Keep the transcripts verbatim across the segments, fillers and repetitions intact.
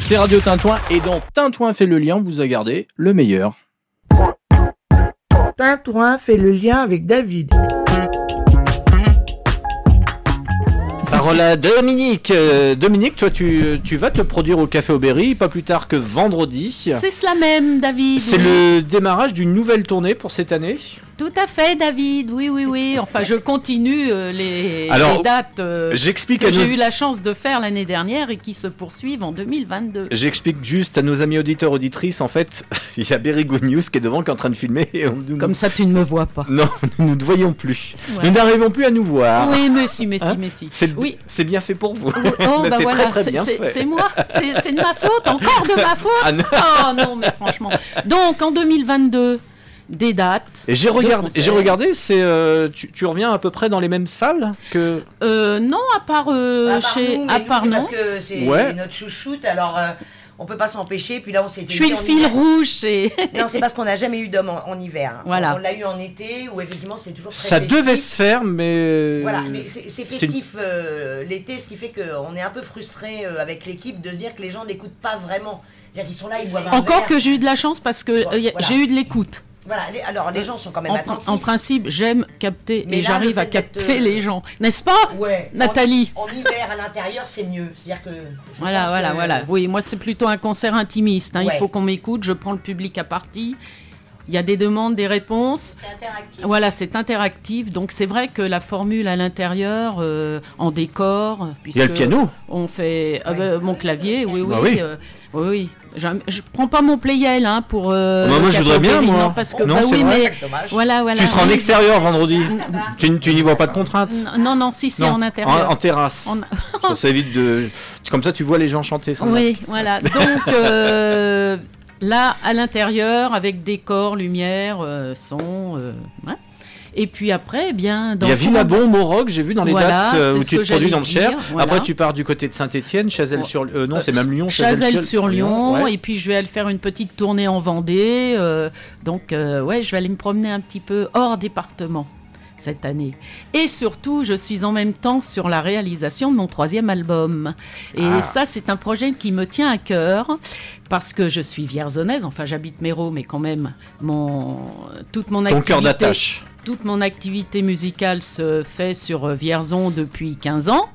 C'est Radio Tintouin et dans Tintouin fait le lien, vous a gardé le meilleur. Tintouin fait le lien avec David. Parole à Dominique. Euh, Dominique, toi, tu, tu vas te produire au Café Aubéry, pas plus tard que vendredi. C'est cela même, David. C'est oui. le démarrage d'une nouvelle tournée pour cette année. Tout à fait, David. Oui, oui, oui. Enfin, je continue euh, les, Alors, les dates euh, j'explique que à j'ai nos... eu la chance de faire l'année dernière et qui se poursuivent en deux mille vingt-deux. J'explique juste à nos amis auditeurs auditrices, en fait, il y a Berry Good News qui est devant, qui est en train de filmer. Et on... Comme ça, tu ne me vois pas. Non, nous ne voyons plus. Ouais. Nous n'arrivons plus à nous voir. Oui, mais si, mais si, Hein mais si. C'est, oui. c'est bien fait pour vous. Oh, oh bah c'est voilà, très, très c'est, bien c'est, fait. c'est moi. C'est, c'est de ma faute, encore de ma faute. Ah non. Oh non, mais franchement. Donc, en deux mille vingt-deux, des dates. Et j'ai, regardé, j'ai regardé, c'est, euh, tu, tu reviens à peu près dans les mêmes salles que... Euh, non, à part, euh, à part chez... nous, à nous, part c'est non. parce que c'est Ouais. notre chouchoute, alors euh, on peut pas s'empêcher. Puis là, on s'était Je suis dit le en fil hiver- rouge. C'est... Non, c'est parce qu'on n'a jamais eu d'homme en, en hiver. hein. Voilà. On, on l'a eu en été, où effectivement c'est toujours très Ça festif. devait se faire, mais... Voilà, mais c'est, c'est C'est- festif euh, l'été, ce qui fait qu'on est un peu frustré euh, avec l'équipe de se dire que les gens n'écoutent pas vraiment. C'est-à-dire qu'ils sont là, ils boivent un Encore verre. que j'ai eu de la chance parce que Bon, euh, y a- voilà. j'ai eu de l'écoute. Voilà, les- alors les gens sont quand même En, attentifs. en principe, j'aime capter Mais et là, j'arrive le à fait d'être, capter euh, les gens. N'est-ce pas, Ouais. Nathalie? En, en hiver, à l'intérieur, c'est mieux. C'est-à-dire que. je Voilà, pense voilà, que- voilà. Oui, moi, c'est plutôt un concert intimiste. hein. Ouais. Il faut qu'on m'écoute. Je prends le public à partie. Il y a des demandes, des réponses. C'est interactif. Voilà, c'est interactif. Donc, c'est vrai que la formule à l'intérieur, euh, en décor. Il y a le puisque piano. On fait ah bah, mon clavier, oui, oui. Bah oui. euh, oui, oui. Je, je prends pas mon playel hein, pour. Euh, Bah, moi, je Café voudrais bien, Aubéry, moi. Non, parce que, Non, bah c'est oui, vrai. mais Dommage. voilà, voilà. Tu seras en Oui. extérieur vendredi. tu, tu n'y vois pas de contraintes? Non, non, si, si, Non. en intérieur. En, en terrasse. En- Ça, ça évite de... Comme ça, tu vois les gens chanter sans masque. Oui, voilà. Donc euh, là, à l'intérieur, avec décor, lumière, euh, son, euh, ouais. Et puis après, eh bien, dans Il y a tout Villabon, Moroc, j'ai vu dans les Voilà, dates euh, c'est où ce tu que te produis j'allais dans le Cher. dire, voilà. Après, tu pars du côté de Saint-Étienne, Chazelles sur... Euh, non, c'est Euh, même Lyon. Chazelles-sur-Lyon, ouais. et puis je vais aller faire une petite tournée en Vendée. euh, donc, euh, ouais, je vais aller me promener un petit peu hors département cette année. Et surtout, je suis en même temps sur la réalisation de mon troisième album. Et Ah. ça, c'est un projet qui me tient à cœur, parce que je suis vierzonnaise, enfin j'habite Méreau, mais quand même, mon, toute mon Ton activité... cœur d'attache. Toute mon activité musicale se fait sur euh, Vierzon depuis quinze ans.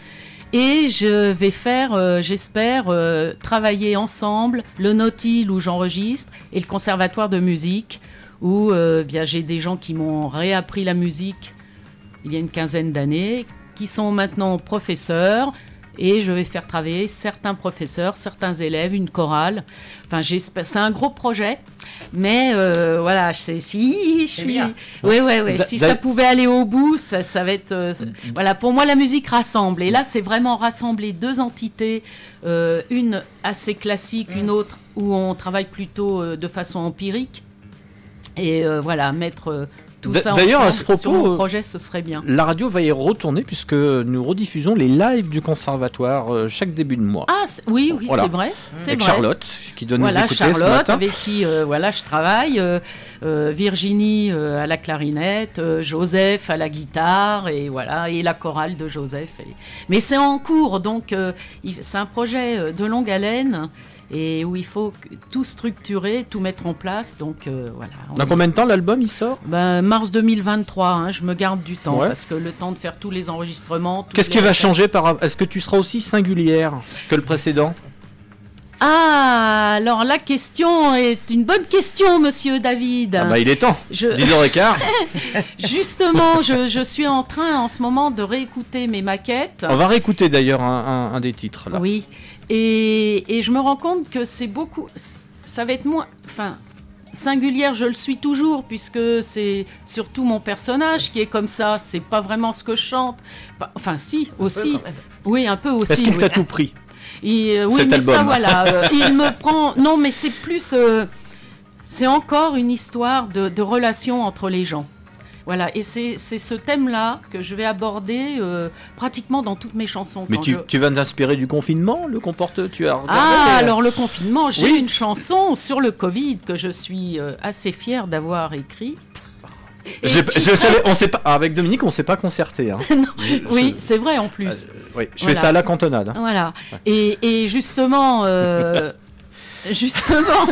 Et je vais faire, euh, j'espère, euh, travailler ensemble le Nautil où j'enregistre et le Conservatoire de musique où euh, bien, j'ai des gens qui m'ont réappris la musique il y a une quinzaine d'années, qui sont maintenant professeurs. Et je vais faire travailler certains professeurs, certains élèves, une chorale. Enfin, j'espère. C'est un gros projet, mais euh, voilà, c'est si je C'est suis. bien. Oui, oui, oui. Da- Si da- ça pouvait aller au bout, ça, ça va être. euh, voilà, pour moi, la musique rassemble. Et là, c'est vraiment rassembler deux entités, euh, une assez classique, une autre où on travaille plutôt euh, de façon empirique. Et euh, voilà, mettre euh, tout D- ça d'ailleurs, ensemble à ce propos, sur mon euh, projet, ce serait bien. La radio va y retourner puisque nous rediffusons les lives du conservatoire euh, chaque début de mois. Ah, c'est- oui, oui, Voilà. c'est vrai. C'est Avec vrai. Charlotte qui doit Voilà, nous écouter ce Charlotte, matin. avec qui euh, voilà, je travaille, euh, euh, Virginie euh, à la clarinette, euh, Joseph à la guitare, et voilà, et la chorale de Joseph. et- Mais c'est en cours, donc euh, il- c'est un projet euh, de longue haleine, et où il faut que- tout structurer, tout mettre en place, donc euh, voilà. On- Dans combien de temps l'album il sort? Ben, mars deux mille vingt-trois, hein, je me garde du temps, Ouais. parce que le temps de faire tous les enregistrements... toutes Qu'est-ce les qui va répètes- changer par... Est-ce que tu seras aussi singulière que le précédent? Ah, alors la question est une bonne question, monsieur David. Ah bah il est temps. Je- dix heures quinze. Justement, je, je suis en train en ce moment de réécouter mes maquettes. On va réécouter d'ailleurs un, un- un des titres là. Oui, et, et je me rends compte que c'est beaucoup. Ça va être moins. Enfin, singulière, je le suis toujours, puisque c'est surtout mon personnage qui est comme ça. C'est pas vraiment ce que je chante. Pas- Enfin, si, aussi. quand même. Oui, un peu aussi. Est-ce qu'il oui. t'a tout pris? Et, euh, oui, Cet mais album. ça, voilà. euh, il me prend. Non, mais c'est plus. euh, c'est encore une histoire de, de relation entre les gens. Voilà. Et c'est c'est ce thème-là que je vais aborder euh, pratiquement dans toutes mes chansons. Mais quand tu, je- tu vas t'inspirer du confinement, le comporte tu as regardé Ah, euh, alors le confinement, j'ai Oui. une chanson sur le Covid que je suis euh, assez fière d'avoir écrite. J'ai- je savais, on s'est pas, avec Dominique, on s'est pas concerté. Hein. Non, Je- oui, je- c'est vrai en plus. Euh, oui, je Voilà. fais ça à la cantonade. Hein. Voilà. Et, et justement, euh, justement,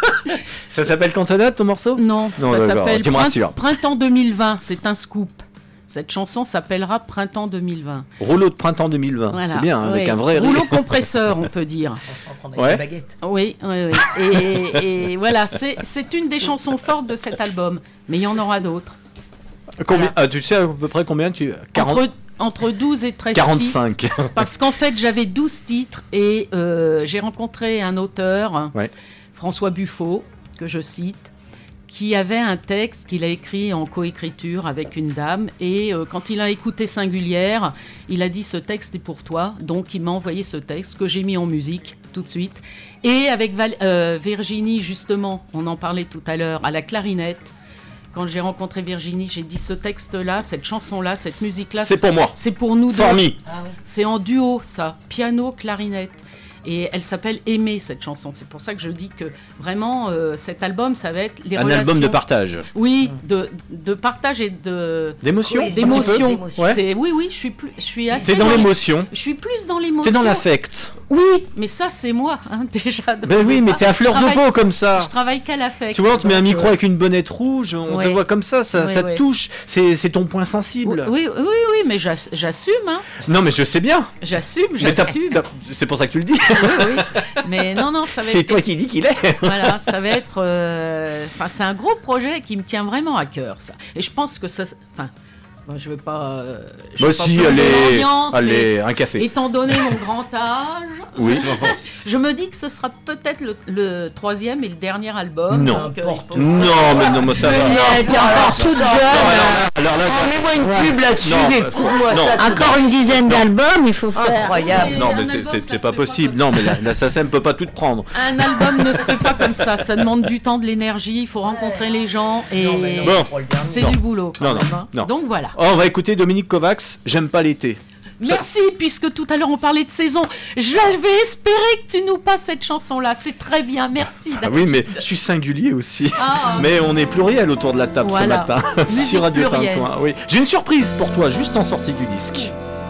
Ça s'appelle cantonade ton morceau? non, Non, ça d'accord, s'appelle tu me Print- rassures. Printemps deux mille vingt. C'est un scoop. Cette chanson s'appellera Printemps deux mille vingt. Rouleau de printemps deux mille vingt. Voilà. C'est bien, hein, avec Oui. un vrai rouleau rire. compresseur, on peut dire. On s'en prendrait Ouais. une baguette. Oui, oui, oui. Et, et voilà, c'est c'est une des chansons fortes de cet album. Mais il y en aura d'autres. Combien, Voilà. ah, tu sais à peu près combien tu... quarante, Entre, entre douze et treize titres. quarante-cinq. Parce qu'en fait, j'avais douze titres et euh, j'ai rencontré un auteur, Ouais. François Buffo, que je cite, qui avait un texte qu'il a écrit en coécriture avec une dame. Et euh, quand il a écouté Singulière, il a dit « Ce texte est pour toi ». Donc il m'a envoyé ce texte que j'ai mis en musique tout de suite. Et avec Val- euh, Virginie, justement, on en parlait tout à l'heure, à la clarinette. Quand j'ai rencontré Virginie, j'ai dit « Ce texte-là, cette chanson-là, cette musique-là, C'est pour moi. c'est pour nous deux. Formi. Ah oui. C'est en duo, ça. Piano, clarinette. Et elle s'appelle Aimer, cette chanson. C'est pour ça que je dis que vraiment, euh, cet album, ça va être les Un relations... album de partage. Oui, de, de partage et de... D'émotion. Oui, un petit peu. d'émotion. d'émotion. Ouais. C'est- Oui, oui, je suis, plus, je suis assez... T'es dans les- l'émotion. Je suis plus dans l'émotion. T'es dans l'affect. Oui, mais ça, c'est moi, hein, déjà. de- Ben oui, mais t'es à fleur Je de travaille- peau comme ça. Je travaille qu'à l'affect. Tu vois, on te met un donc, micro euh, avec une bonnette rouge, on te ouais. voit comme ça, ça, Ouais, ça te ouais. touche. C'est c'est ton point Oui, sensible. oui, oui, oui, mais j'ass- j'assume, hein. Non, mais je sais bien. J'assume, Mais t'as- j'assume. t'as- c'est pour ça que tu le dis. Oui, oui. Mais non, non, ça va C'est être... toi qui dis qu'il est. Voilà, ça va être. euh, Enfin, c'est un gros projet qui me tient vraiment à cœur, ça. Et je pense que ça. Enfin, moi, je veux pas. euh, je Moi veux pas aussi, plomber allez, l'ambiance, mais allez, un café. étant donné mon grand âge, Oui. je me dis que ce sera peut-être le, le troisième et le dernier album. Non. donc, euh, il faut- Non, mais non, moi ça va. Mais elle était encore toute jeune. Alors là, Oh, mets-moi une pub là-dessus, Non, les euh, coups. non. Encore une dizaine d'albums, il faut faire. Incroyable. non, un mais c'est- album, c'est ça c'est se pas fait possible. comme Non, ça. mais la, la S A C E M peut pas tout prendre. Un album ne se fait pas comme ça. Ça demande du temps, de l'énergie. Il faut rencontrer les gens et Non, mais non, Bon. pour le dernier. c'est Non. du boulot. Quand Non, même, non, hein. non. Donc voilà. Oh, on va écouter Dominique Kovacs. J'aime pas l'été. Merci, puisque tout à l'heure on parlait de saison. Je vais espérer que tu nous passes cette chanson-là. C'est très bien, merci. Ah oui, mais je suis singulier aussi. Ah. Mais on est pluriel autour de la table Voilà. ce matin Musique sur Radio plurielle. Tintouin. Oui, j'ai une surprise pour toi juste en sortie du disque.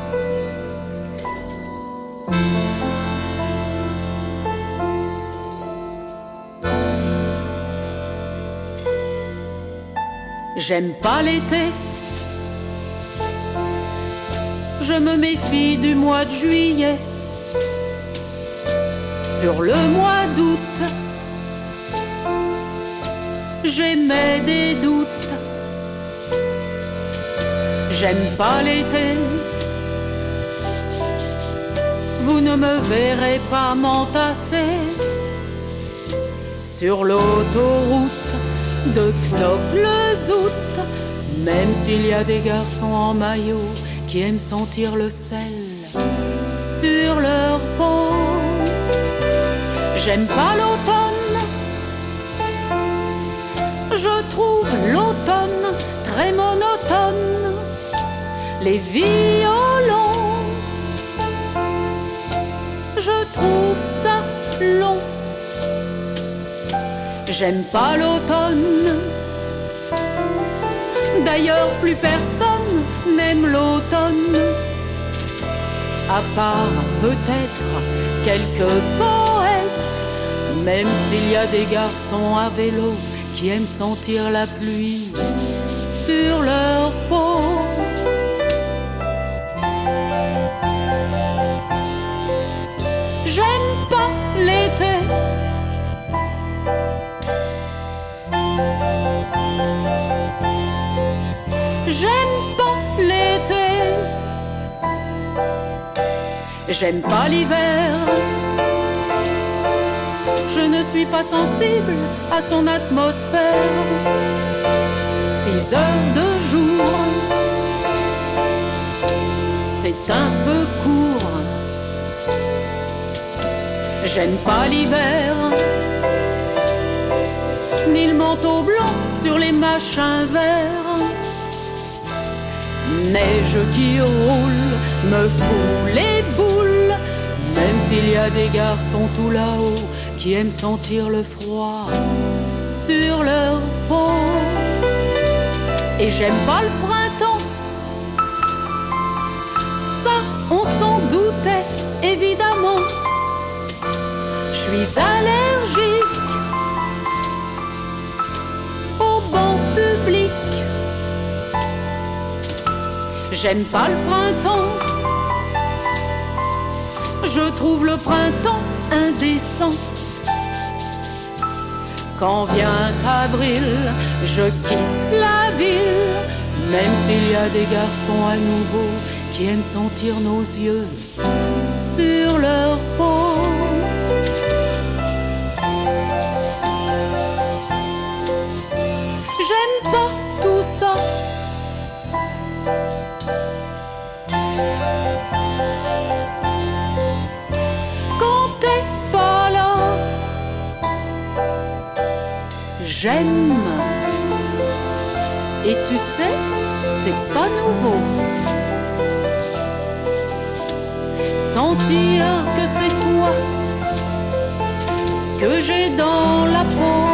J'aime pas l'été. Je me méfie du mois de juillet. Sur le mois d'août, j'émets des doutes. J'aime pas l'été. Vous ne me verrez pas m'entasser sur l'autoroute de Knokke-le-Zout, même s'il y a des garçons en maillot qui aiment sentir le sel sur leur peau. J'aime pas l'automne, je trouve l'automne très monotone. Les violons, je trouve ça long. J'aime pas l'automne. D'ailleurs, plus personne n'aime l'automne, à part peut-être quelques poètes, même s'il y a des garçons à vélo qui aiment sentir la pluie sur leur peau. J'aime pas l'été. J'aime pas l'été. J'aime pas l'hiver. Je ne suis pas sensible à son atmosphère. Six heures de jour, c'est un peu court. J'aime pas l'hiver, ni le manteau blanc sur les machins verts. Neige qui roule me fout les boules, même s'il y a des garçons tout là-haut qui aiment sentir le froid sur leur peau. et j'aime pas le printemps. Ça, on s'en doutait, évidemment. Je suis allergique au banc public. J'aime pas le printemps. Je trouve le printemps indécent. Quand vient avril, je quitte la ville, même s'il y a des garçons à nouveau qui aiment sentir nos yeux sur leur peau. J'aime pas tout ça. Quand t'es pas là, j'aime. Et tu sais, c'est pas nouveau. Sentir que c'est toi que j'ai dans la peau.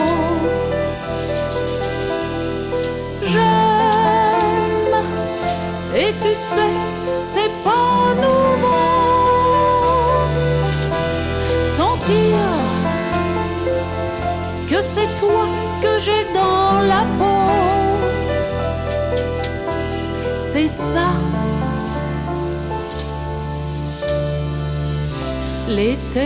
J'aime. Et tu sais, c'est pas nouveau. Sentir que c'est toi que j'ai dans la peau. C'est ça, l'été.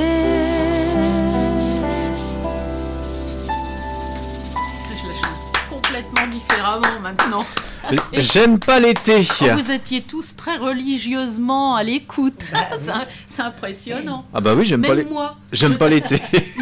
Je la chante complètement différemment maintenant. Ah, c'est- J'aime pas l'été. Oh, vous étiez tous très religieusement à l'écoute. c'est, c'est impressionnant. Ah bah oui, j'aime pas Même les- moi. J'aime je, pas l'été.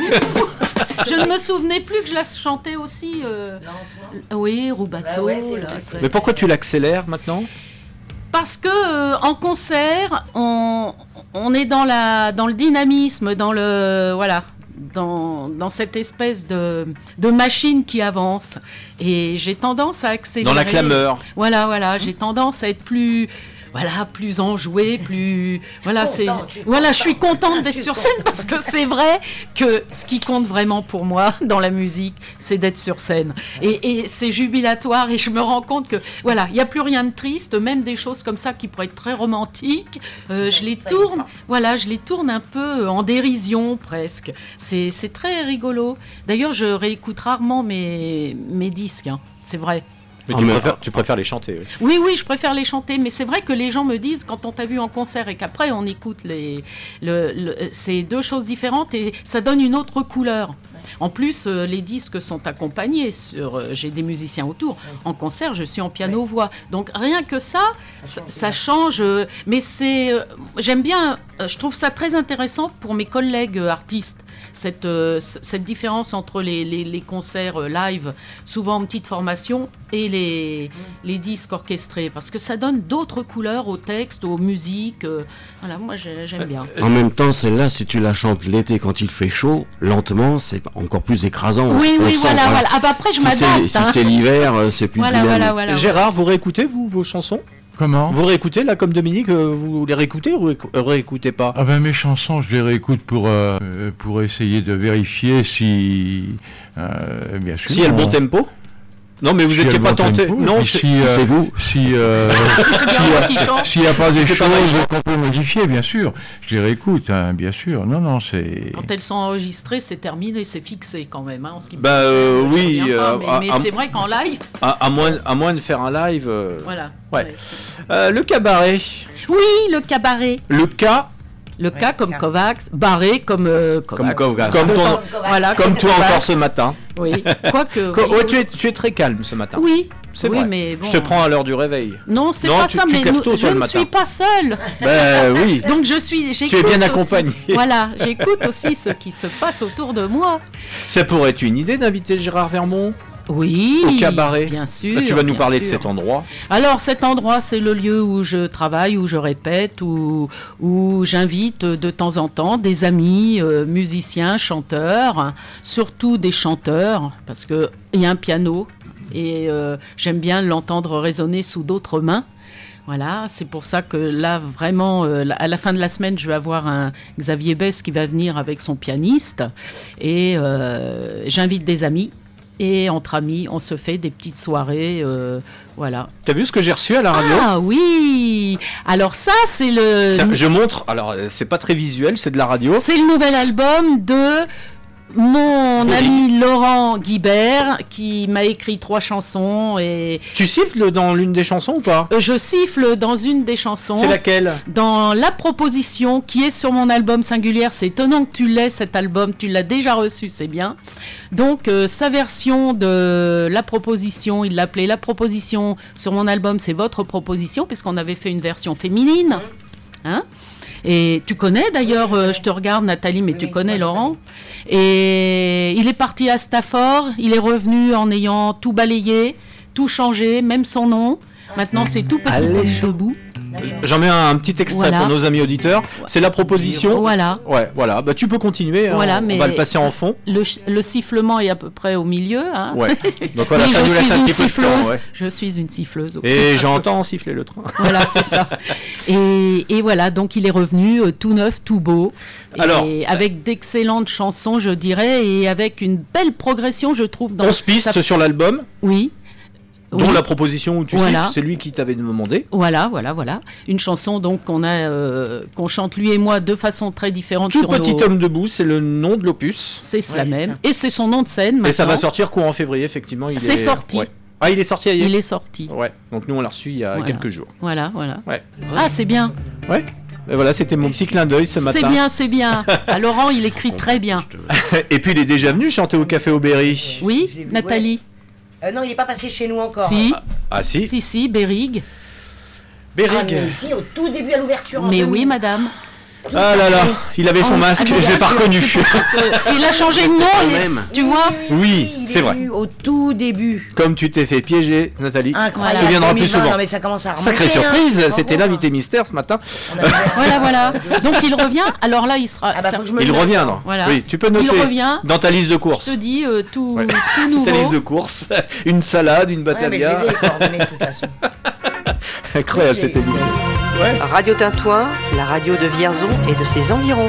Je ne me souvenais plus que je la chantais aussi. euh, Non, toi Oui, Roubateau. Bah ouais, c'est là, vrai. c'est- Mais pourquoi tu l'accélères maintenant? Parce que euh, en concert, on, on est dans la dans le dynamisme, dans le voilà, dans, dans cette espèce de de machine qui avance. Et j'ai tendance à accélérer. Dans la clameur. Voilà, voilà, j'ai tendance à être plus voilà, plus enjouée, plus voilà, c'est contente, je suis voilà, je contente. suis contente Je d'être suis sur scène parce que c'est vrai que ce qui compte vraiment pour moi dans la musique, c'est d'être sur scène. Et, et c'est jubilatoire et je me rends compte que voilà, il y a plus rien de triste, même des choses comme ça qui pourraient être très romantiques, euh, je les ça y est tourne, pas. voilà, je les tourne un peu en dérision presque. C'est c'est très rigolo. D'ailleurs, je réécoute rarement mes mes disques, hein, c'est vrai. Mais Ah, tu, mais- préfères, tu préfères les chanter. oui. Oui, oui, je préfère les chanter, mais c'est vrai que les gens me disent, quand on t'a vu en concert et qu'après on écoute les, le, le- c'est deux choses différentes et ça donne une autre couleur. En plus, euh, les disques sont accompagnés. Sur, euh, j'ai des musiciens autour. En concert, je suis en piano-voix. Donc rien que ça, ça, ça change. euh, mais c'est, euh, j'aime bien. euh, je trouve ça très intéressant pour mes collègues euh, artistes. Cette, euh, c- cette différence entre les, les, les concerts euh, live, souvent en petite formation, et les, les disques orchestrés, parce que ça donne d'autres couleurs aux textes, aux musiques. euh, voilà, moi j'ai- j'aime bien. En même temps, celle-là, si tu la chantes l'été quand il fait chaud, lentement, c'est encore plus écrasant. On Oui, s- on oui, sent, voilà, hein. voilà. Ah bah après je Si c'est, m'adapte. si hein. c'est l'hiver, euh, c'est plus Voilà, dynamique. voilà, voilà. Gérard, vous réécoutez, vous, vos chansons? Comment? Vous réécoutez, là, comme Dominique, euh, vous les réécoutez ou réécou- euh, réécoutez pas? Ah ben mes chansons, je les réécoute pour euh, euh, pour essayer de vérifier si euh, bien sûr. Si elle a le bon on- tempo? Non, mais vous si elle étiez a le pas bon tenté. tempo, Non, et c'est- si, euh, c'est vous. Si euh, C'est bien moi qui chante. s'il n'y a pas des Si c'est choses pas qu'on peut modifier, bien sûr, je les réécoute, hein, bien sûr. Non, non, c'est. Quand elles sont enregistrées, c'est terminé, c'est fixé quand même. Hein, en ce qui me Bah, concerne, euh, je oui, reviens pas, euh, mais, à- mais à- c'est vrai qu'en live, à, à moins, à moins de faire un live. euh, voilà. Ouais. Euh, le cabaret. Oui, le cabaret. Le cas, Le Ouais, cas comme cas. Kovacs, barré comme euh, comme, Kovacs. comme, Comme comme ton- Kovacs. Voilà, comme toi Kovacs. encore ce matin. Oui, quoique. Co- oui, ouais, tu, es, tu es très calme ce matin. oui, C'est oui, vrai. mais bon. Je te prends à l'heure du réveil. Non, c'est Non, pas tu- ça, tu mais te lèves nous- tôt, toi, je le ne matin. suis pas seule. Ben oui. Donc je suis. Tu es j'écoute bien aussi. accompagnée. Voilà, j'écoute aussi ce qui se passe autour de moi. Ça pourrait être une idée d'inviter Gérard Vermont Oui. au cabaret. Bien sûr. Là, tu vas nous bien parler de sûr. cet endroit. Alors cet endroit, c'est le lieu où je travaille, où je répète, où, où j'invite de temps en temps des amis, euh, musiciens, chanteurs, hein, surtout des chanteurs, parce qu'il y a un piano et euh, j'aime bien l'entendre résonner sous d'autres mains. Voilà, c'est pour ça que là, vraiment, euh, à la fin de la semaine, je vais avoir un Xavier Besse qui va venir avec son pianiste et euh, j'invite des amis. Et entre amis, on se fait des petites soirées, euh, voilà. T'as vu ce que j'ai reçu à la radio ? Ah oui. Alors ça, c'est le. Ça, je montre. Alors, euh, c'est pas très visuel, c'est de la radio. C'est le nouvel album de mon Oui. ami Laurent Guibert qui m'a écrit trois chansons et Tu siffles dans l'une des chansons ou pas ? euh, je siffle dans une des chansons. C'est laquelle ? Dans La Proposition qui est sur mon album Singulière. C'est étonnant que tu l'aies cet album, tu l'as déjà reçu, c'est bien. Donc euh, sa version de La Proposition, il l'appelait La Proposition sur mon album, c'est Votre Proposition, puisqu'on avait fait une version féminine. Hein ? Et tu connais d'ailleurs, euh, je te regarde Nathalie, mais Oui, tu oui, connais moi, je Laurent. Et il est parti à Stafford, il est revenu en ayant tout balayé, tout changé, même son nom. Maintenant c'est tout petit Allez, comme debout. J'en mets un, un petit extrait Voilà. pour nos amis auditeurs. C'est la proposition. Voilà. Ouais, voilà. Bah, tu peux continuer. hein. Voilà, on, mais- on va le passer en fond. Le, ch- le sifflement est à peu près au milieu. Hein. Ouais. Donc voilà, Mais ça je nous laisse suis un une petit peu de siffleuse. temps. Ouais. Je suis une siffleuse aussi. Et j'entends siffler le train. Voilà, c'est ça. Et, et voilà, donc il est revenu euh, tout neuf, tout beau. Alors, et avec d'excellentes chansons, je dirais, et avec une belle progression, je trouve. Dans onze pistes sa- sur l'album, Oui. dont Oui. la proposition où tu Voilà. siffles, c'est lui qui t'avait demandé. Voilà, voilà, voilà. Une chanson donc qu'on a, euh, qu'on chante lui et moi de façon très différente Tout sur petit nos... homme debout, c'est le nom de l'opus. C'est la Ouais, même. Et c'est son nom de scène maintenant. Et ça va sortir courant février, effectivement. il C'est est- sorti. ouais. Ah, il est sorti hier. Il est sorti. Ouais. Donc nous on l'a reçu il y a Voilà. quelques jours. Voilà, voilà. Ouais. Ah, c'est bien. Ouais. Et voilà, c'était mon petit clin d'œil ce matin. C'est bien, c'est bien. À Laurent, il écrit très bien. Et puis il est déjà venu chanter au Café Aubéry. Oui, Je l'ai vu, Nathalie. Euh, non, il n'est pas passé chez nous encore. Si, Ah si, si, si, Berrig. Ah, Bérig. mais ici, au tout début, à l'ouverture. en Mais deux oui, mille. madame. Ah là là, il avait son Oh, masque, ah, je l'ai pas c'est reconnu. pour ça que- Il a changé de nom, Quand il est- même. tu vois. Oui, il c'est est vrai. venu Au tout début. Comme tu t'es fait piéger, Nathalie. Incroyable. Tu viendras plus deux mille vingt, souvent. Non, mais ça commence à remonter, Sacrée hein. surprise, Bravo, c'était hein. l'invité mystère ce matin. On avait- Voilà, voilà. Donc il revient. Alors là, il sera. Ah bah, ça- faut que je me Il le note. revient, non Voilà. Oui, tu peux Il noter revient. dans ta liste de Je courses. te dis euh, tout, Ouais. tout nouveau. Sa liste de courses, une salade, une Ouais, mais je Batavia. les ai les coordonnées de toute façon. Incroyable cette émission. Ouais. Radio Tintoin, la radio de Vierzon et de ses environs.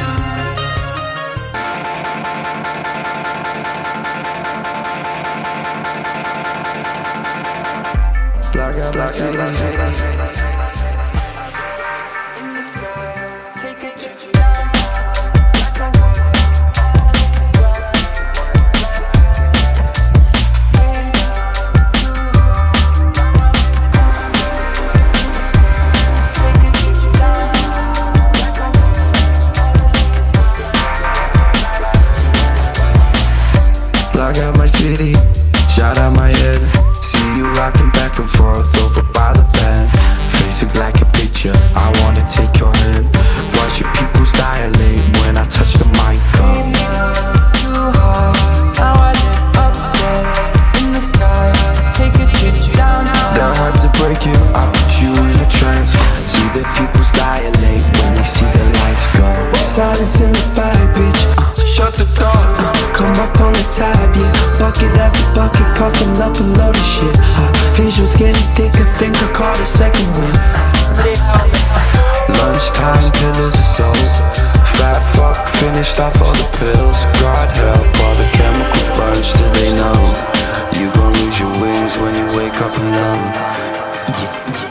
Block out my city, shot out my head. See you rocking back and forth over by the band. Face it like a picture, I wanna take your hand. Watch your pupils dilate when I touch the mic. Their hearts are breaking, I put you in a trance. See their pupils dilate when they see the lights go. Silence in the fire, bitch. Uh, shut the door. Uh, come up on the tab, yeah. Bucket after bucket, coughing up a load of shit. Uh, visuals getting thicker, think I caught a second one. Lunchtime dinners are sold. Fat fuck finished off all the pills. God help all the chemical burns. Do they know you gon' lose your wings when you wake up alone? Yeah, yeah.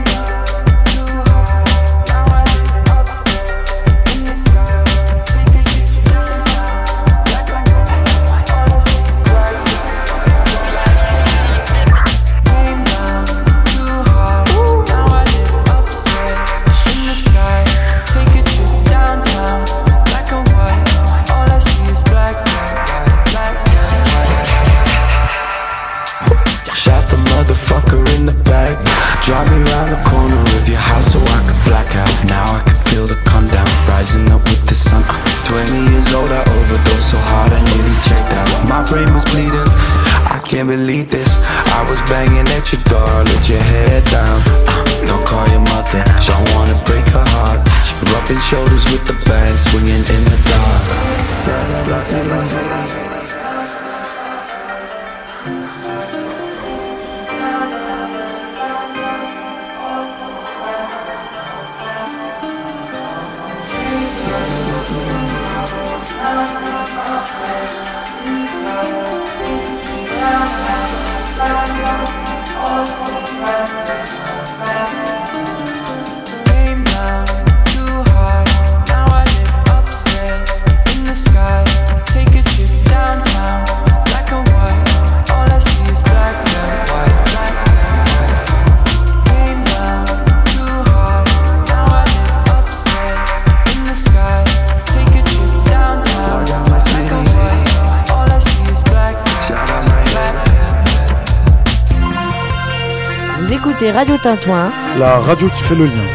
Shot the motherfucker in the back. Drive me round the corner of your house so I could black out. Now I can feel the come down, rising up with the sun. Twenty years old, I overdosed so hard I nearly checked out. My brain was bleeding, I can't believe this. I was banging at your door, let your head down. uh, Don't call your mother, don't wanna break her heart. Rubbing shoulders with the band, swinging in the dark. écoutez Radio Tintouin, la radio qui fait le lien.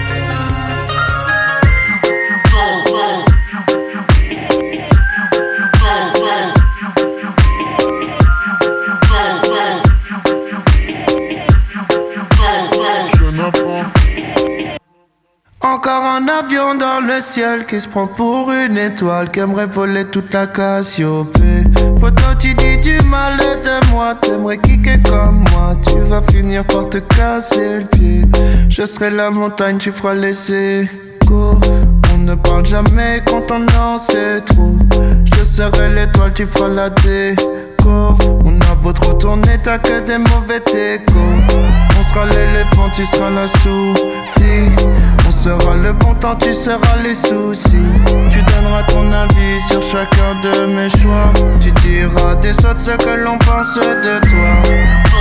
Encore un avion dans le ciel qui se prend pour une étoile, qui aimerait voler toute la Cassiopée. Pourtant tu dis du mal de moi, t'aimerais kicker comme moi, tu vas finir par te casser le pied. Je serai la montagne, tu feras les échos. On ne parle jamais quand on en sait trop. Je serai l'étoile, tu feras la déco. On a beau trop tourner, t'as que des mauvais échos. On sera l'éléphant, tu seras la souris. On sera le bon temps, tu seras les soucis. Tu donneras ton avis sur chacun de mes choix. Tu diras des autres ce que l'on pense de toi.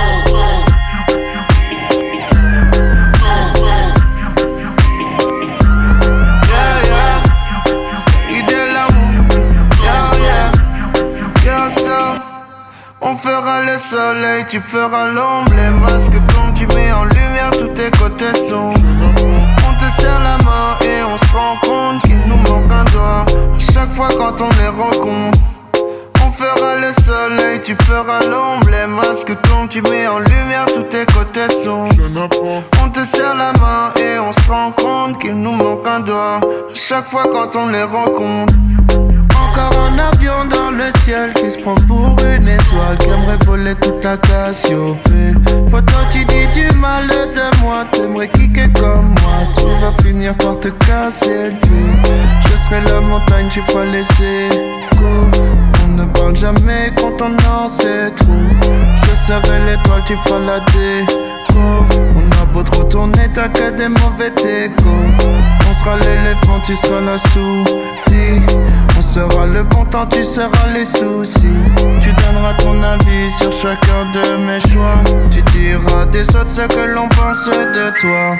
Yeah, yeah. C'est l'idée l'amour. Yeah, yeah. Yeah, ça. On fera le soleil, tu feras l'ombre. Les masques tombent, tu mets en lumière tous tes côtés sombres. On te serre la main et on se rend compte qu'il nous manque un doigt. Chaque fois quand on les rencontre, on fera le soleil, tu feras l'ombre. Les masques tombent, tu mets en lumière tous tes côtés sombres. On te serre la main et on se rend compte qu'il nous manque un doigt. Chaque fois quand on les rencontre. Encore un avion dans le ciel qui se prend pour une étoile, qui aimerait voler toute la Cassiopée. Pourtant tu dis du mal de moi, t'aimerais kicker comme moi, tu vas finir par te casser le pied. Je serai la montagne, tu feras les échos. On ne parle jamais quand on en sait trop. Je serai l'étoile, tu feras la déco. On a beau trop tourner, t'as que des mauvais échos. On sera l'éléphant, tu seras la souris. On sera le bon temps, tu seras les soucis. Tu donneras ton avis sur chacun de mes choix. Tu diras des autres ce que l'on pense de toi.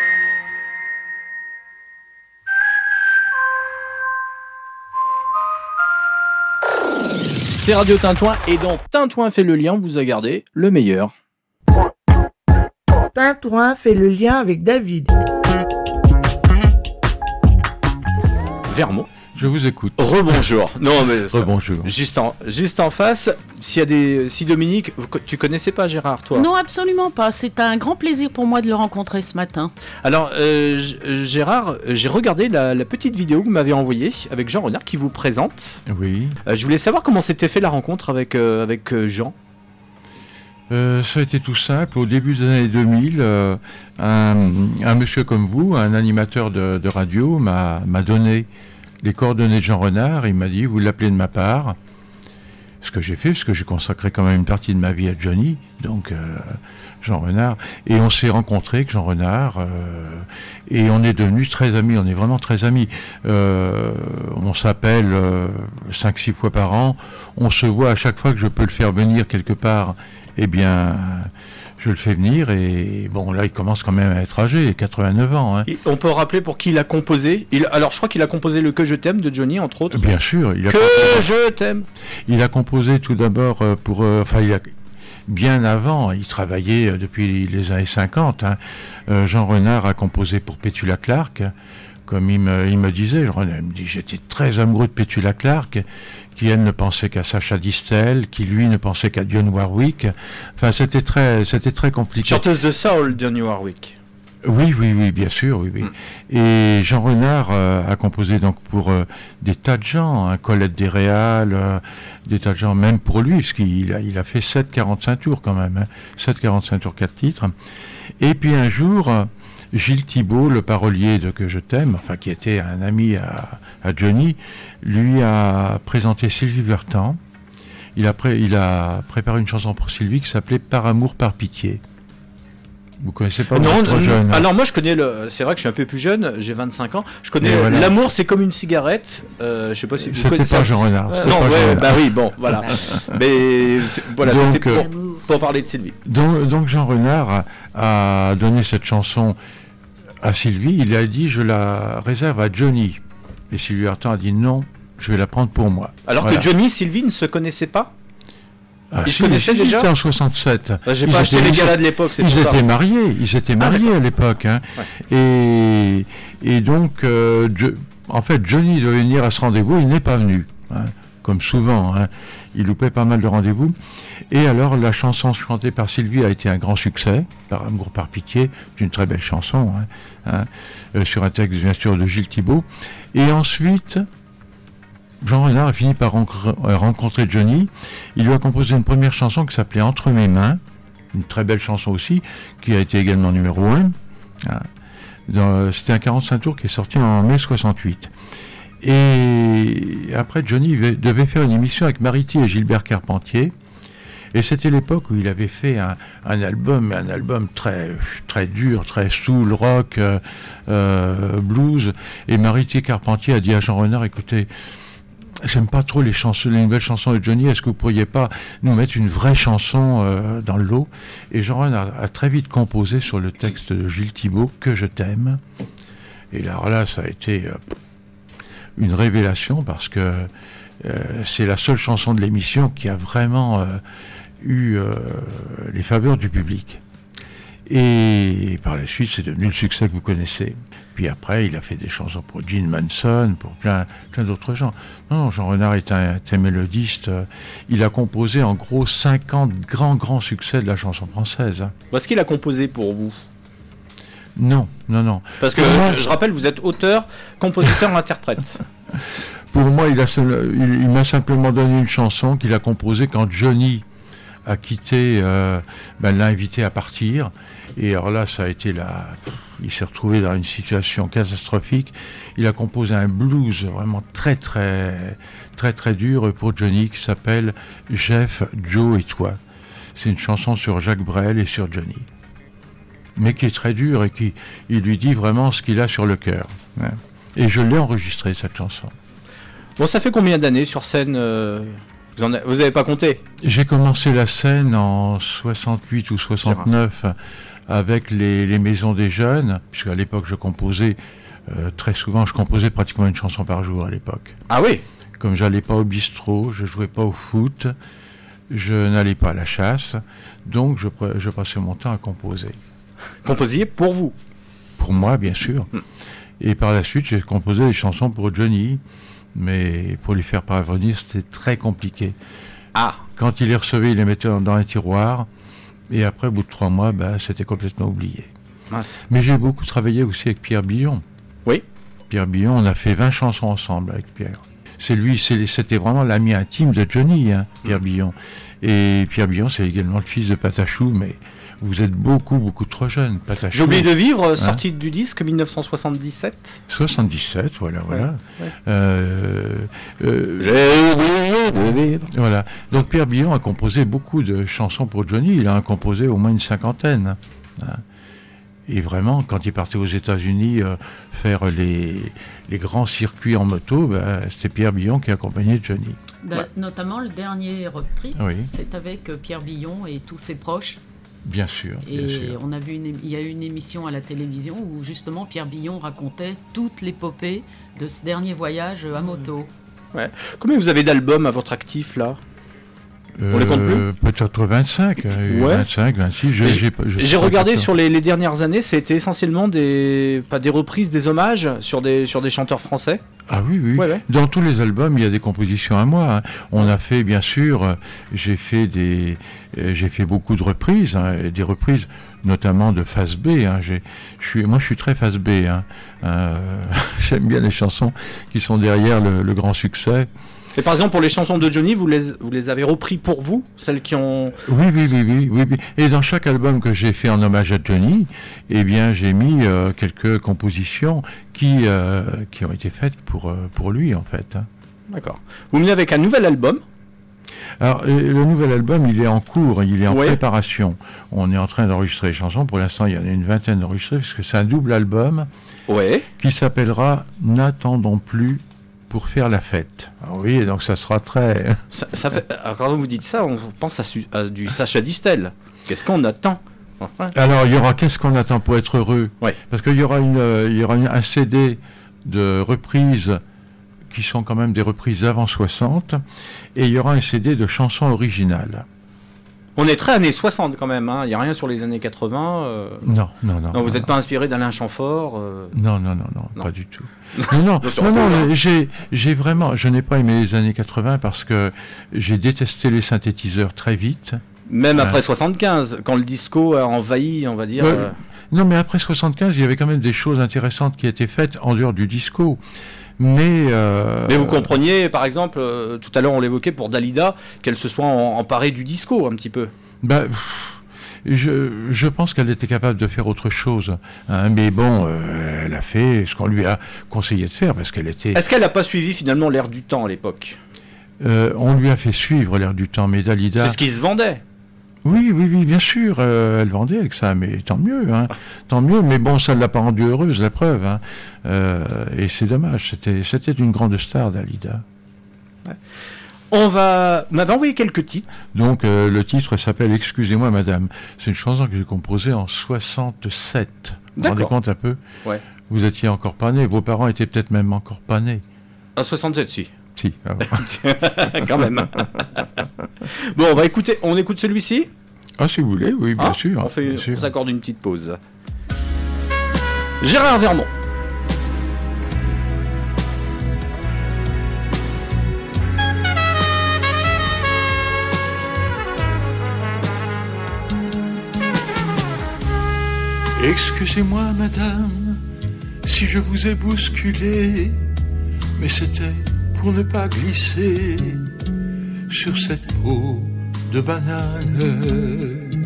C'est Radio Tintouin et dans Tintouin fait le lien, on vous a gardé le meilleur. Tintouin fait le lien avec David. Vermont. Je vous écoute. Rebonjour. Non mais Rebonjour. Juste en juste en face, s'il y a des si Dominique, tu connaissais pas Gérard toi? Non, absolument pas. C'est un grand plaisir pour moi de le rencontrer ce matin. Alors euh, Gérard, j'ai regardé la, la petite vidéo que vous m'avez envoyée avec Jean Renard qui vous présente. Oui. Euh, je voulais savoir comment s'était fait la rencontre avec euh, avec euh, Jean. Euh, ça a été tout simple. Au début des années deux mille, euh, un, un monsieur comme vous, un animateur de, de radio, m'a, m'a donné les coordonnées de Jean Renard. Il m'a dit, vous l'appelez de ma part. Ce que j'ai fait, parce que j'ai consacré quand même une partie de ma vie à Johnny, donc euh, Jean Renard. Et on s'est rencontrés avec Jean Renard, euh, et on est devenus très amis, on est vraiment très amis. Euh, on s'appelle euh, cinq six fois par an, on se voit à chaque fois que je peux le faire venir quelque part, eh bien, je le fais venir, et bon, là, il commence quand même à être âgé, quatre-vingt-neuf ans. Hein. On peut rappeler pour qui il a composé. Il, alors, je crois qu'il a composé le Que je t'aime de Johnny, entre autres. Bien sûr. Il a que composé, je t'aime. Il a composé tout d'abord pour... Euh, enfin, il a... Bien avant, il travaillait depuis les années cinquante. Hein. Euh, Jean Renard a composé pour Petula Clark, comme il me, il me disait. Jean Renard me dit, j'étais très amoureux de Petula Clark, qui elle ne pensait qu'à Sacha Distel, qui lui ne pensait qu'à Dionne Warwick. Enfin, c'était très, c'était très compliqué. Chanteuse de soul, Dionne Warwick. Oui, oui, oui, bien sûr, oui, oui. Mm. Et Jean Renard euh, a composé donc pour euh, des tas de gens, hein, Colette Desréals, euh, des tas de gens, même pour lui, parce qu'il a, il a fait sept quarante-cinq tours quand même, hein, sept quarante-cinq tours, quatre titres. Et puis un jour, euh, Gilles Thibault, le parolier de Que je t'aime, enfin qui était un ami à, à Johnny, lui a présenté Sylvie Vartan. Il a, pré- il a préparé une chanson pour Sylvie qui s'appelait Par amour, par pitié. Vous connaissez pas? Non, trop jeune, hein. Alors moi je connais le. C'est vrai que je suis un peu plus jeune, j'ai vingt-cinq ans. Je connais voilà. L'amour c'est comme une cigarette. Euh, je sais pas si vous c'était connaissez. Pas Jean Renard. Euh, non, pas ouais, Jean bah oui, bon, voilà. Mais voilà, donc, c'était pour, euh, pour parler de Sylvie. Donc, donc Jean Renard a, a donné cette chanson à Sylvie. Il a dit je la réserve à Johnny. Et Sylvie Vartan a dit non, je vais la prendre pour moi. Alors voilà. que Johnny, Sylvie ne se connaissaient pas. Ah, Ils se si, connaissaient si, déjà C'était en soixante-sept. Bah, J'ai Ils pas acheté étaient- les galas de l'époque, c'est Ils pour ça. étaient mariés, ils étaient mariés à l'époque. Hein. Et, et donc, euh, Jo- en fait, Johnny devait venir à ce rendez-vous, il n'est pas venu. Hein, comme souvent, hein. Il loupait pas mal de rendez-vous. Et alors, la chanson chantée par Sylvie a été un grand succès, par Amour par pitié, c'est une très belle chanson, hein, hein, euh, sur un texte bien sûr de Gilles Thibault. Et ensuite, Jean Renard a fini par rencontrer, euh, rencontrer Johnny. Il lui a composé une première chanson qui s'appelait Entre mes mains, une très belle chanson aussi, qui a été également numéro un. Hein. Dans- C'était un quarante-cinq tours qui est sorti en mai soixante-huit. Et après, Johnny ve- devait faire une émission avec Mariti et Gilbert Carpentier. Et c'était l'époque où il avait fait un, un album, un album très, très dur, très soul, rock, euh, euh, blues. Et Mariti et Carpentier a dit à Jean Renard, écoutez, j'aime pas trop les chansons, les nouvelles chansons de Johnny, est-ce que vous pourriez pas nous mettre une vraie chanson euh, dans le lot? Et Jean Renard a très vite composé sur le texte de Gilles Thibault, Que je t'aime. Et alors là, ça a été euh, une révélation parce que euh, c'est la seule chanson de l'émission qui a vraiment euh, eu euh, les faveurs du public. Et par la suite, c'est devenu le succès que vous connaissez. Puis après, il a fait des chansons pour Gene Manson, pour plein, plein d'autres gens. Non, Jean Renard est un, un mélodiste. Il a composé en gros cinquante grands, grands succès de la chanson française. Hein. Est-ce qu'il a composé pour vous? Non, non, non. Parce que, Moi, je rappelle, vous êtes auteur, compositeur, interprète. Pour moi, il, a, seul- il, il m'a simplement donné une chanson qu'il a composée quand Johnny a quitté, euh, ben, l'a invité à partir. Et alors là, ça a été la... Il s'est retrouvé dans une situation catastrophique. Il a composé un blues vraiment très, très, très, très dur pour Johnny qui s'appelle Jeff, Joe et toi. C'est une chanson sur Jacques Brel et sur Johnny. Mais qui est très dure et qui il lui dit vraiment ce qu'il a sur le cœur. Hein. Et je l'ai enregistrée, cette chanson. Bon, ça fait combien d'années sur scène euh, Vous en a- vous avez pas compté? J'ai commencé la scène en soixante-huit ou soixante-neuf avec les, les Maisons des Jeunes, puisqu'à l'époque je composais euh, très souvent, je composais pratiquement une chanson par jour à l'époque. Ah oui? Comme j'allais pas au bistrot, je jouais pas au foot, je n'allais pas à la chasse, donc je, pre- je passais mon temps à composer. Composiez pour vous? Pour moi, bien sûr. Hmm. Et par la suite, j'ai composé des chansons pour Johnny, mais pour lui faire parvenir, c'était très compliqué. Ah. Quand il les recevait, il les mettait dans, dans un tiroir, et après, au bout de trois mois, ben, c'était complètement oublié. Mince. Mais j'ai beaucoup travaillé aussi avec Pierre Billon. Oui. Pierre Billon, on a fait vingt chansons ensemble avec Pierre. C'est lui, c'est- c'était vraiment l'ami intime de Johnny, hein, Pierre Billon. Et Pierre Billon, c'est également le fils de Patachou, mais vous êtes beaucoup, beaucoup trop jeune, Patachou. J'ai oublié de vivre, Hein sortie du disque mille neuf cent soixante-dix-sept. soixante-dix-sept, voilà, voilà. ouais. Euh, euh, J'ai oublié de vivre. Voilà. Donc Pierre Billon a composé beaucoup de chansons pour Johnny. Il en a composé au moins une cinquantaine. Hein. Et vraiment, quand il partait aux États-Unis euh, faire les, les grands circuits en moto, ben, c'était Pierre Billon qui accompagnait Johnny. Da- Ouais. Notamment le dernier road trip, Oui. c'est avec euh, Pierre Billon et tous ses proches. Bien sûr. Bien Et sûr. on a vu une, é- il y a eu une émission à la télévision où justement Pierre Billon racontait toute l'épopée de ce dernier voyage à moto. Combien vous avez d'albums à votre actif là? On les compte plus Euh, Peut-être vingt-cinq, euh, Ouais. vingt-cinq, vingt-six. je- J'ai- j'ai pas- je sais J'ai pas regardé exactement. sur les, les dernières années, c'était essentiellement des pas des reprises, des hommages sur des sur des chanteurs français. Ah oui, oui. Ouais, ouais. Dans tous les albums, il y a des compositions à moi. Hein. On a fait, bien sûr, euh, j'ai fait des, euh, j'ai fait beaucoup de reprises, hein, et des reprises notamment de face B. Hein. J'ai, je suis, moi, je suis très face B. Hein. Euh, j'aime bien les chansons qui sont derrière le, le grand succès. Et par exemple pour les chansons de Johnny, vous les vous les avez repris pour vous, celles qui ont. Oui, oui, oui, oui, oui, oui. Et dans chaque album que j'ai fait en hommage à Johnny, eh bien, j'ai mis euh, quelques compositions qui, euh, qui ont été faites pour, euh, pour lui, en fait. Hein. D'accord. Vous venez avec un nouvel album. Alors, euh, le nouvel album, il est en cours, il est en Ouais. préparation. On est en train d'enregistrer les chansons. Pour l'instant, il y en a une vingtaine d'enregistrées, parce que c'est un double album Ouais. qui s'appellera « N'attendons plus pour faire la fête ». Ah oui, donc ça sera très... Ça, ça fait. Alors, quand vous dites ça, on pense à, su- à du Sacha Distel. Qu'est-ce qu'on attend? Ouais. Alors, il y aura « Qu'est-ce qu'on attend pour être heureux ?» Ouais. Parce qu'il y aura, une, euh, il y aura une- un C D de reprises qui sont quand même des reprises avant soixante, et il y aura un C D de chansons originales. On est très années soixante quand même, hein. Il n'y a rien sur les années quatre-vingts. Euh... Non, non, non. Non, vous n'êtes pas inspiré d'Alain Chamfort euh... non, non, non, non, non, pas du tout. Non, non, non, non, non j'ai, j'ai vraiment, je n'ai pas aimé les années quatre-vingts parce que j'ai détesté les synthétiseurs très vite. Même après euh... soixante-quinze, quand le disco a envahi, on va dire... Ouais, euh... Non, mais après soixante-quinze, il y avait quand même des choses intéressantes qui étaient faites en dehors du disco. Mais, euh, mais vous compreniez, par exemple, euh, tout à l'heure on l'évoquait pour Dalida, qu'elle se soit en, emparée du disco un petit peu. Bah, je, je pense qu'elle était capable de faire autre chose. Hein, mais bon, euh, elle a fait ce qu'on lui a conseillé de faire parce qu'elle était... Est-ce qu'elle n'a pas suivi finalement l'air du temps à l'époque ? euh, On lui a fait suivre l'air du temps, mais Dalida... C'est ce qui se vendait. Oui, oui, oui, bien sûr, euh, elle vendait avec ça, mais tant mieux, hein, tant mieux. Mais bon, ça ne l'a pas rendue heureuse, la preuve. Hein, euh, et c'est dommage, c'était, c'était une grande star, Dalida. Ouais. On va... Vous m'avez envoyé quelques titres. Donc, euh, le titre s'appelle « Excusez-moi, madame ». C'est une chanson que j'ai composée en soixante-sept. Vous vous rendez compte un peu ? Ouais. Vous étiez encore pas né, vos parents étaient peut-être même encore pas nés. En soixante-sept, si. Si, ah bon. Quand même. Bon, on va écouter, on écoute celui-ci ? Ah, si vous voulez, oui, bien ah, sûr. On, fait, bien sûr. on s'accorde une petite pause. Gérard Vermont. Excusez-moi, madame, si je vous ai bousculé, mais c'était pour ne pas glisser sur cette peau de banane.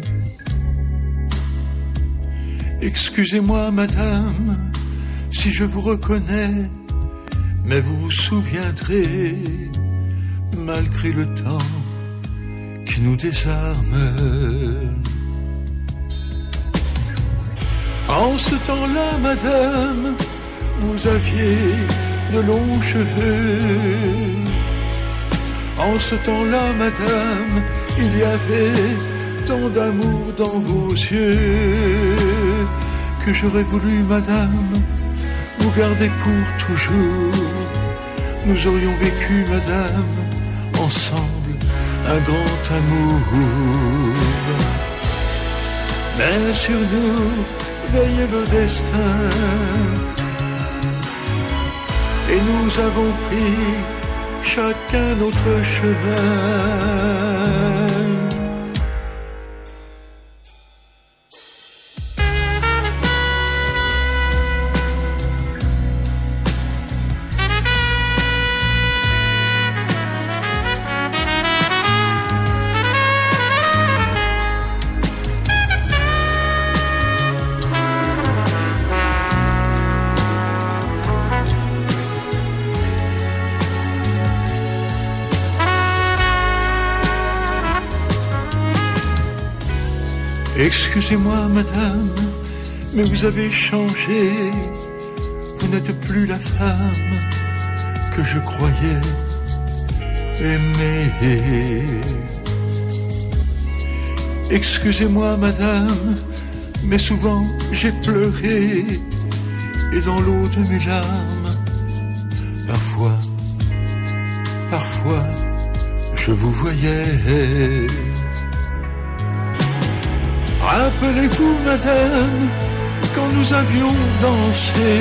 Excusez-moi, madame, si je vous reconnais, mais vous vous souviendrez, malgré le temps qui nous désarme. En ce temps-là, madame, vous aviez de longs cheveux. En ce temps-là, madame, il y avait tant d'amour dans vos yeux que j'aurais voulu, madame, vous garder pour toujours. Nous aurions vécu, madame, ensemble un grand amour. Mais sur nous veillait le destin et nous avons pris chacun notre chemin. Excusez-moi, madame, mais vous avez changé. Vous n'êtes plus la femme que je croyais aimer. Excusez-moi, madame, mais souvent j'ai pleuré. Et dans l'eau de mes larmes, parfois, parfois, je vous voyais. Rappelez-vous, madame, quand nous avions dansé.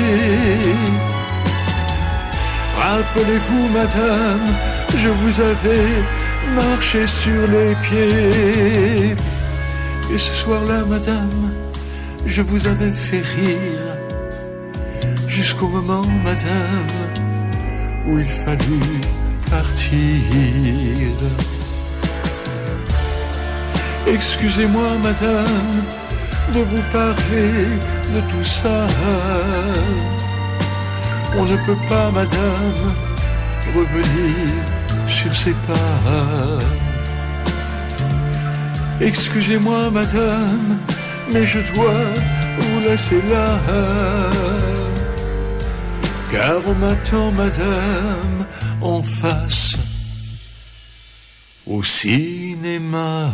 Rappelez-vous, madame, je vous avais marché sur les pieds. Et ce soir-là, madame, je vous avais fait rire. Jusqu'au moment, madame, où il fallut partir. Excusez-moi, madame, de vous parler de tout ça. On ne peut pas, madame, revenir sur ses pas. Excusez-moi, madame, mais je dois vous laisser là. Car on m'attend, madame, en face au cinéma.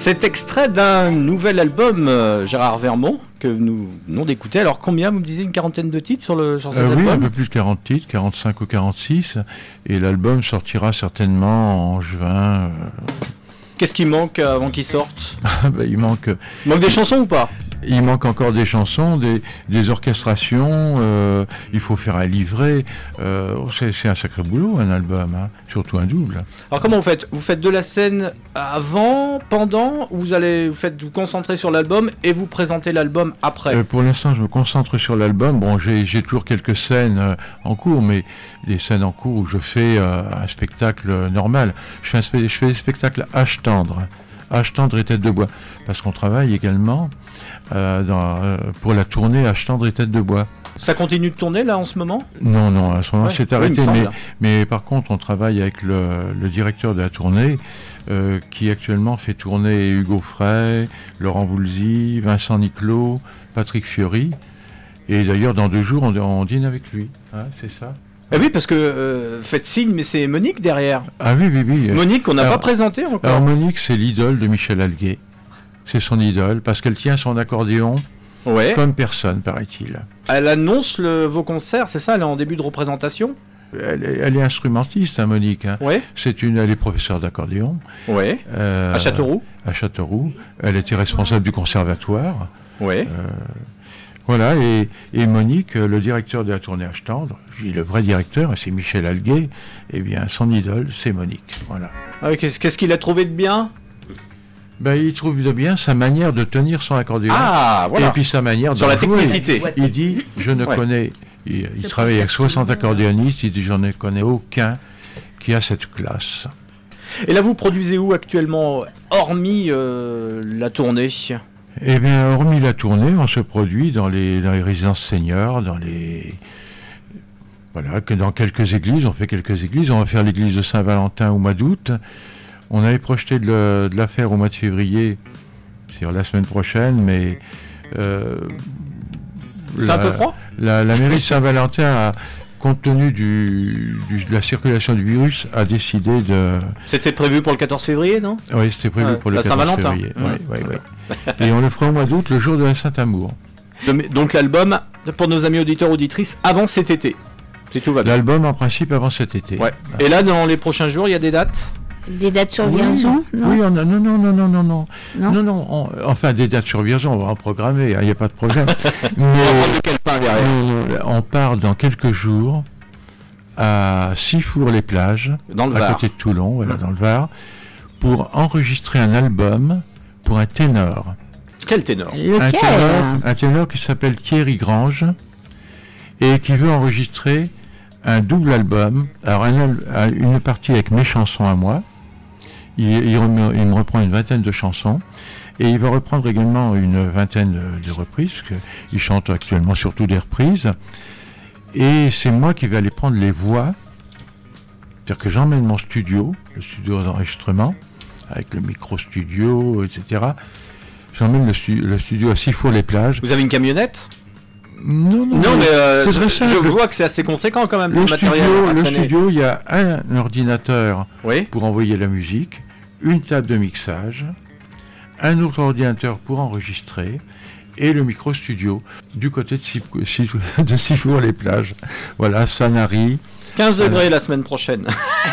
C'est extrait d'un nouvel album, euh, Gérard Vermont, que nous venons d'écouter. Alors combien, vous me disiez, une quarantaine de titres sur, le, sur cet euh, album? Oui, un peu plus de quarante titres, quarante-cinq ou quarante-six. Et l'album sortira certainement en juin. Euh... Qu'est-ce qui manque avant qu'il sorte? bah, il manque... Il manque des chansons ou pas? Il manque encore des chansons, des, des orchestrations, euh, il faut faire un livret. Euh, c'est, c'est un sacré boulot, un album, hein, surtout un double. Alors comment vous faites? Vous faites de la scène avant, pendant, ou vous allez vous faites vous concentrer sur l'album et vous présentez l'album après? euh, Pour l'instant, je me concentre sur l'album. Bon, j'ai, j'ai toujours quelques scènes euh, en cours, mais des scènes en cours où je fais euh, un spectacle euh, normal. Je fais, un spe- je fais des spectacles H tendre, H tendre et tête de bois, parce qu'on travaille également euh, dans, euh, pour la tournée H tendre et tête de bois. Ça continue de tourner là en ce moment? Non, non, à ce moment ouais. c'est oui, arrêté, mais, mais par contre on travaille avec le, le directeur de la tournée euh, qui actuellement fait tourner Hugo Frey, Laurent Voulzy, Vincent Niclot, Patrick Fiori, et d'ailleurs dans deux jours on, on dîne avec lui, hein, c'est ça? Ah oui, parce que euh, faites signe, mais c'est Monique derrière. Ah oui, oui, oui. Monique, on n'a pas présenté encore. Alors Monique, c'est l'idole de Michel Alguet. C'est son idole, parce qu'elle tient son accordéon ouais. comme personne, paraît-il. Elle annonce le, vos concerts, c'est ça? Elle est en début de représentation? Elle est, elle est instrumentiste, hein, Monique. Hein. Ouais. C'est une, elle est professeure d'accordéon. Ouais. Euh, à Châteauroux. À Châteauroux. Elle était responsable du conservatoire. Ouais. Euh, Voilà, et, et Monique, le directeur de la tournée H tendre, le vrai directeur, c'est Michel Alguet, eh bien son idole, c'est Monique. Voilà. Ah oui, qu'est-ce, qu'est-ce qu'il a trouvé de bien? Ben, il trouve de bien sa manière de tenir son accordéon. Ah, voilà. Et puis sa manière sur de la jouer. technicité. Il dit, je ne ouais. connais, il, il travaille avec soixante accordéonistes, il dit, je ne connais aucun qui a cette classe. Et là, vous produisez où actuellement, hormis euh, la tournée? Eh bien, hormis la tournée, on se produit dans les, dans les résidences seniors, dans les... Voilà, que dans quelques églises, on fait quelques églises. On va faire l'église de Saint-Valentin au mois d'août. On avait projeté de, le, de la faire au mois de février, c'est-à-dire la semaine prochaine, mais... Euh, c'est la, un peu froid la, la mairie de Saint-Valentin a... compte tenu du, du, de la circulation du virus, a décidé de... C'était prévu pour le quatorze février, non? Oui, c'était prévu ouais, pour le quatorze février. Mmh. Oui, oui, oui. Et on le fera au mois d'août, le jour de la Saint-Amour. Donc l'album, pour nos amis auditeurs, auditrices, avant cet été. C'est tout va bien. L'album, en principe, avant cet été. Ouais. Et là, dans les prochains jours, il y a des dates? Des dates sur oui, Vierzon, non? Oui, on a, non, non, non, non, non, non, non, non, non on, enfin des dates sur Vierzon, on va en programmer, il hein, n'y a pas de problème. Mais on, on part dans quelques jours à Sifour-les-Plages, dans le à Var. côté de Toulon, voilà, mmh. dans le Var, pour enregistrer un album pour un ténor. Quel ténor? un ténor, un ténor qui s'appelle Thierry Grange et qui veut enregistrer un double album, alors un, une partie avec mes chansons à moi, il, il, remet, il me reprend une vingtaine de chansons, et il va reprendre également une vingtaine de, de reprises, parce qu'il chante actuellement surtout des reprises, et c'est moi qui vais aller prendre les voix, c'est-à-dire que j'emmène mon studio, le studio d'enregistrement, avec le micro-studio, et cetera. J'emmène le, stu- le studio à Sifour-les-Plages. Vous avez une camionnette? Non, non, non, mais euh, c'est je, très simple. je vois que c'est assez conséquent quand même. Le, le studio, matériel le studio, il y a un ordinateur oui. pour envoyer la musique, une table de mixage, un autre ordinateur pour enregistrer et le micro-studio du côté de, Sif- Sif- de Sifour-les-Plages. Voilà, Sanary. quinze degrés euh... la semaine prochaine.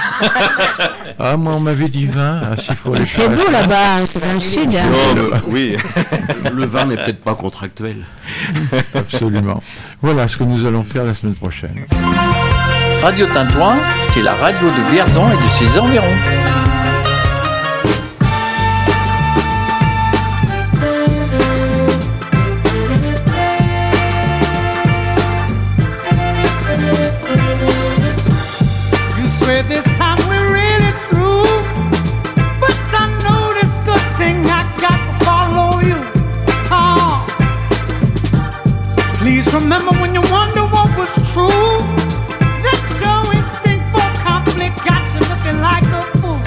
Ah, moi on m'avait dit vingt à Sifour-les-Plages. C'est beau là-bas, c'est dans le sud. Hein. Non, le, oui, le vin n'est peut-être pas contractuel. Absolument. Voilà ce que nous allons faire la semaine prochaine. Radio Tintouin, c'est la radio de Vierzon et de ses environs. This time we're really through, but I know this good thing I got to follow you. Oh, please remember when you wonder what was true, that your instinct for conflict got you looking like a fool.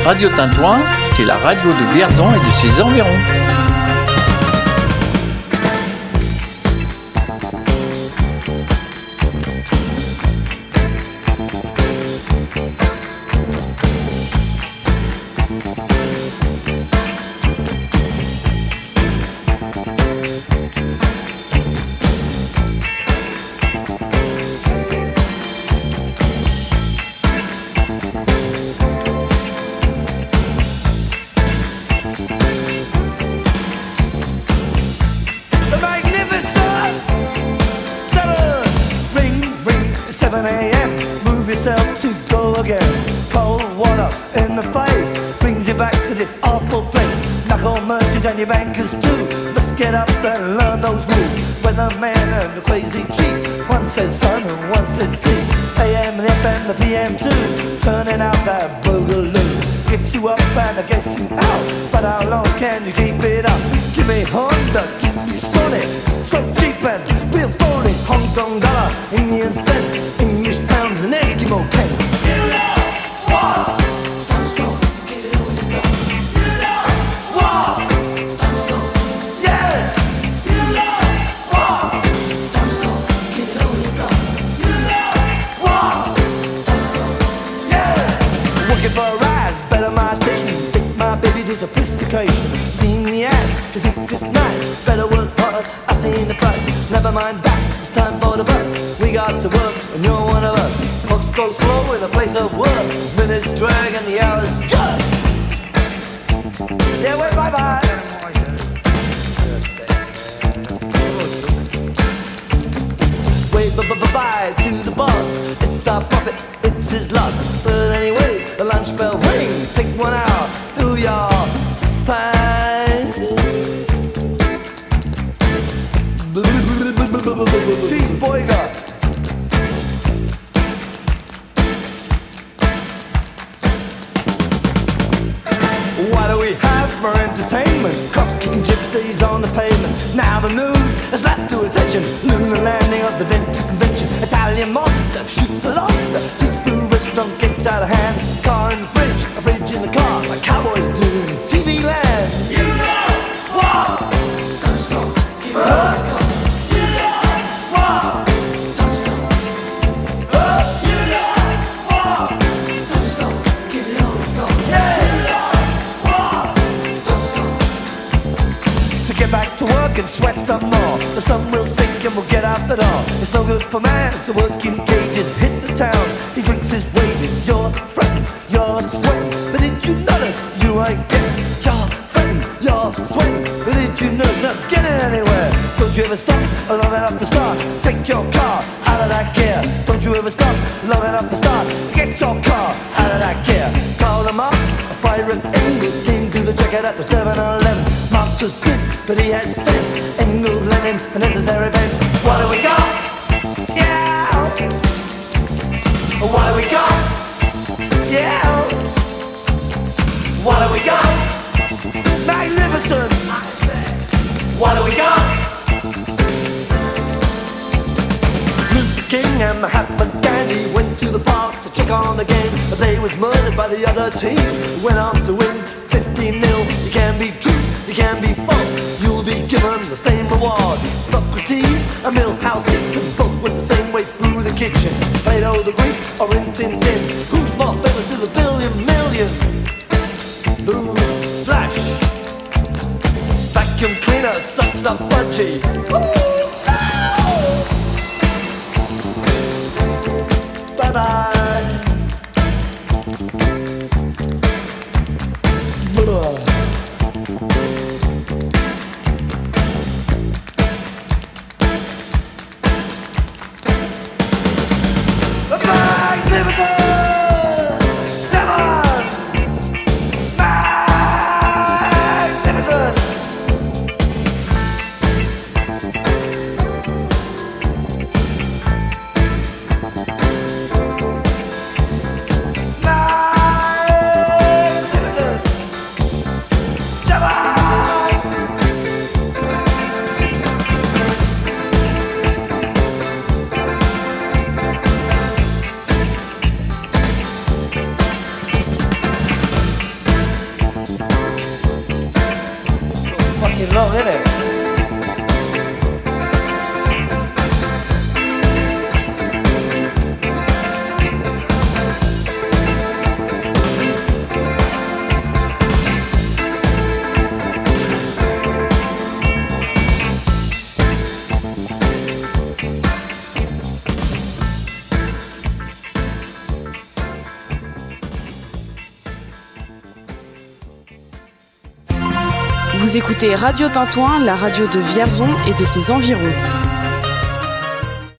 Radio Tintouin, c'est la radio de Vierzon et de ses environs. Vous écoutez Radio Tintouin, la radio de Vierzon et de ses environs.